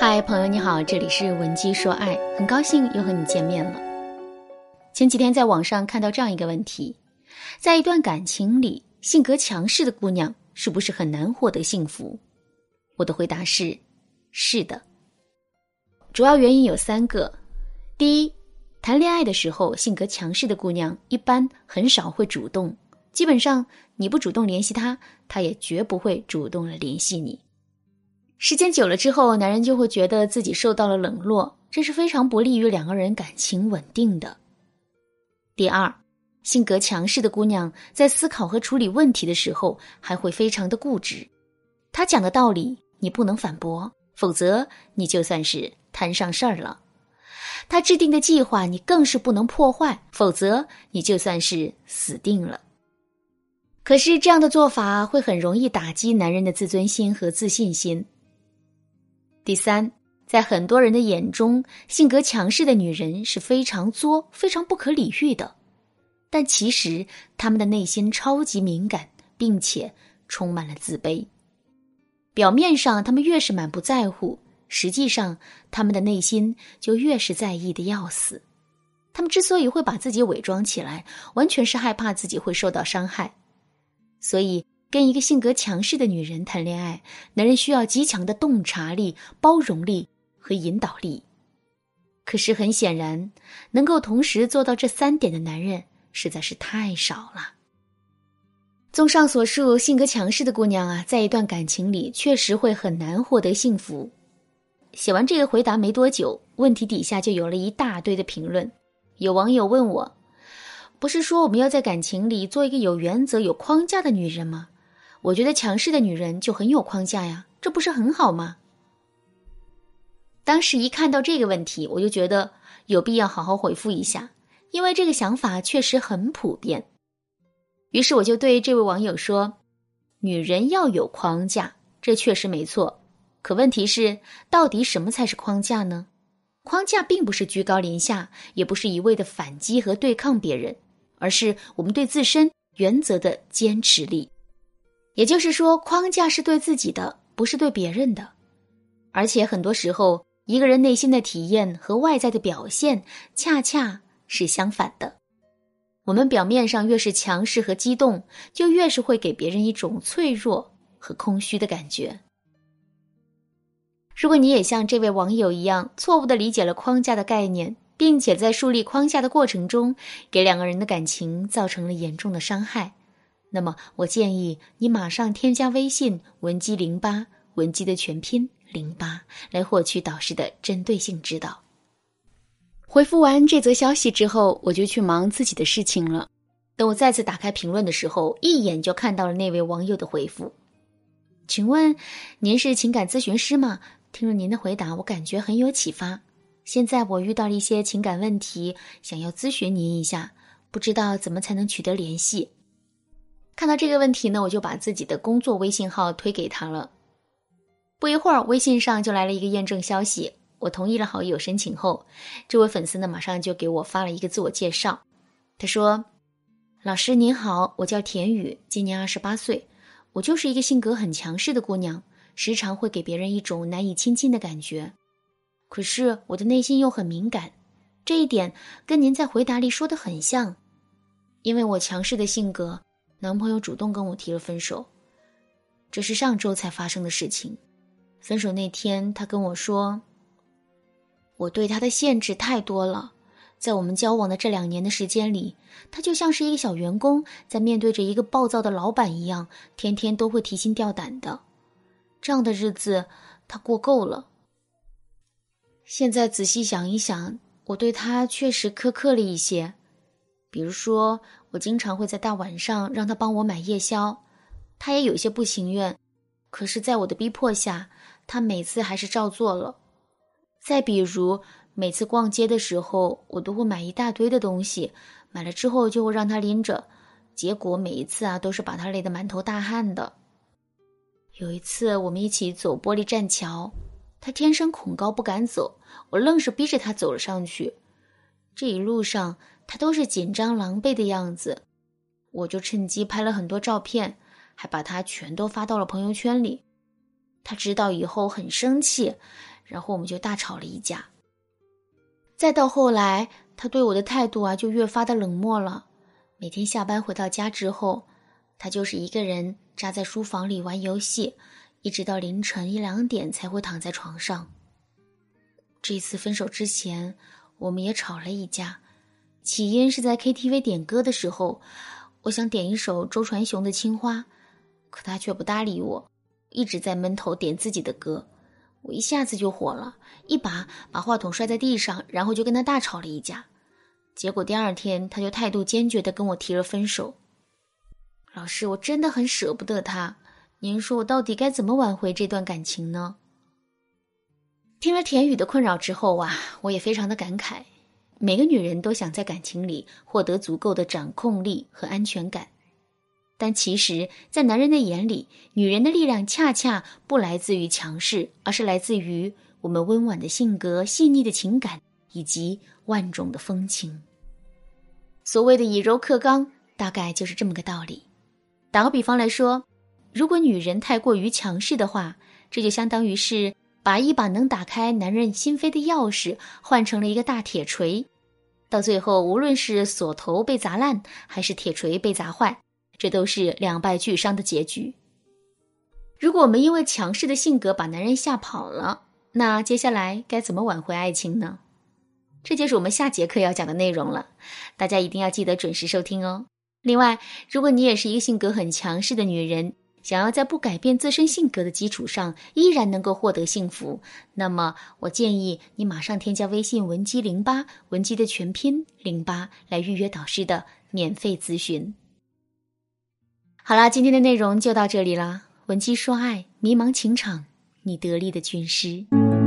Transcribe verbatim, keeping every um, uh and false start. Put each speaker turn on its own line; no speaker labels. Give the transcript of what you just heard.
嗨，朋友你好，这里是文姬说爱，很高兴又和你见面了。前几天在网上看到这样一个问题，在一段感情里，性格强势的姑娘是不是很难获得幸福？我的回答是，是的。主要原因有三个。第一，谈恋爱的时候，性格强势的姑娘一般很少会主动，基本上你不主动联系她，她也绝不会主动的联系你。时间久了之后，男人就会觉得自己受到了冷落，这是非常不利于两个人感情稳定的。第二，性格强势的姑娘在思考和处理问题的时候还会非常的固执，她讲的道理你不能反驳，否则你就算是摊上事儿了。她制定的计划你更是不能破坏，否则你就算是死定了。可是这样的做法会很容易打击男人的自尊心和自信心。第三，在很多人的眼中，性格强势的女人是非常作、非常不可理喻的，但其实她们的内心超级敏感，并且充满了自卑。表面上她们越是满不在乎，实际上她们的内心就越是在意的要死。她们之所以会把自己伪装起来，完全是害怕自己会受到伤害。所以跟一个性格强势的女人谈恋爱，男人需要极强的洞察力、包容力和引导力。可是很显然，能够同时做到这三点的男人实在是太少了。综上所述，性格强势的姑娘啊，在一段感情里确实会很难获得幸福。写完这个回答没多久，问题底下就有了一大堆的评论。有网友问我，不是说我们要在感情里做一个有原则、有框架的女人吗？我觉得强势的女人就很有框架呀，这不是很好吗？当时一看到这个问题，我就觉得有必要好好回复一下，因为这个想法确实很普遍。于是我就对这位网友说，女人要有框架，这确实没错。可问题是，到底什么才是框架呢？框架并不是居高临下，也不是一味的反击和对抗别人，而是我们对自身原则的坚持力。也就是说，框架是对自己的，不是对别人的。而且很多时候，一个人内心的体验和外在的表现恰恰是相反的。我们表面上越是强势和激动，就越是会给别人一种脆弱和空虚的感觉。如果你也像这位网友一样，错误地理解了框架的概念，并且在树立框架的过程中，给两个人的感情造成了严重的伤害，那么我建议你马上添加微信文姬零八，文姬的全拼零八，来获取导师的针对性指导。回复完这则消息之后，我就去忙自己的事情了。等我再次打开评论的时候，一眼就看到了那位网友的回复。请问您是情感咨询师吗？听了您的回答，我感觉很有启发。现在我遇到了一些情感问题，想要咨询您一下，不知道怎么才能取得联系。看到这个问题呢，我就把自己的工作微信号推给他了。不一会儿，微信上就来了一个验证消息，我同意了好友申请后，这位粉丝呢马上就给我发了一个自我介绍。他说，老师您好，我叫田雨，今年二十八岁，我就是一个性格很强势的姑娘，时常会给别人一种难以亲近的感觉。可是我的内心又很敏感，这一点跟您在回答里说的很像。因为我强势的性格，男朋友主动跟我提了分手，这是上周才发生的事情。分手那天，他跟我说，我对他的限制太多了，在我们交往的这两年的时间里，他就像是一个小员工，在面对着一个暴躁的老板一样，天天都会提心吊胆的。这样的日子，他过够了。现在仔细想一想，我对他确实苛刻了一些。比如说，我经常会在大晚上让他帮我买夜宵，他也有些不情愿，可是在我的逼迫下，他每次还是照做了。再比如，每次逛街的时候，我都会买一大堆的东西，买了之后就会让他拎着，结果每一次啊都是把他累得满头大汗的。有一次我们一起走玻璃栈桥，他天生恐高不敢走，我愣是逼着他走了上去。这一路上他都是紧张狼狈的样子，我就趁机拍了很多照片，还把他全都发到了朋友圈里。他知道以后很生气， 然后我们就大吵了一架。再到后来，他对我的态度啊就越发的冷漠了。每天下班回到家之后，他就是一个人扎在书房里玩游戏，一直到凌晨一两点才会躺在床上。这一次分手之前，我们也吵了一架，起因是在 K T V 点歌的时候，我想点一首周传雄的《青花》，可他却不搭理我，一直在闷头点自己的歌。我一下子就火了，一把把话筒摔在地上，然后就跟他大吵了一架。结果第二天他就态度坚决地跟我提了分手。老师，我真的很舍不得他，您说我到底该怎么挽回这段感情呢？听了田雨的困扰之后啊，我也非常的感慨。每个女人都想在感情里获得足够的掌控力和安全感，但其实在男人的眼里，女人的力量恰恰不来自于强势，而是来自于我们温婉的性格、细腻的情感以及万种的风情。所谓的以柔克刚，大概就是这么个道理。打个比方来说，如果女人太过于强势的话，这就相当于是把一把能打开男人心扉的钥匙换成了一个大铁锤，到最后无论是锁头被砸烂还是铁锤被砸坏，这都是两败俱伤的结局。如果我们因为强势的性格把男人吓跑了，那接下来该怎么挽回爱情呢？这就是我们下节课要讲的内容了，大家一定要记得准时收听哦。另外，如果你也是一个性格很强势的女人，想要在不改变自身性格的基础上依然能够获得幸福，那么我建议你马上添加微信文姬零八，文姬的全拼零八，来预约导师的免费咨询。好啦，今天的内容就到这里啦。文姬说爱，迷茫情场，你得力的军师。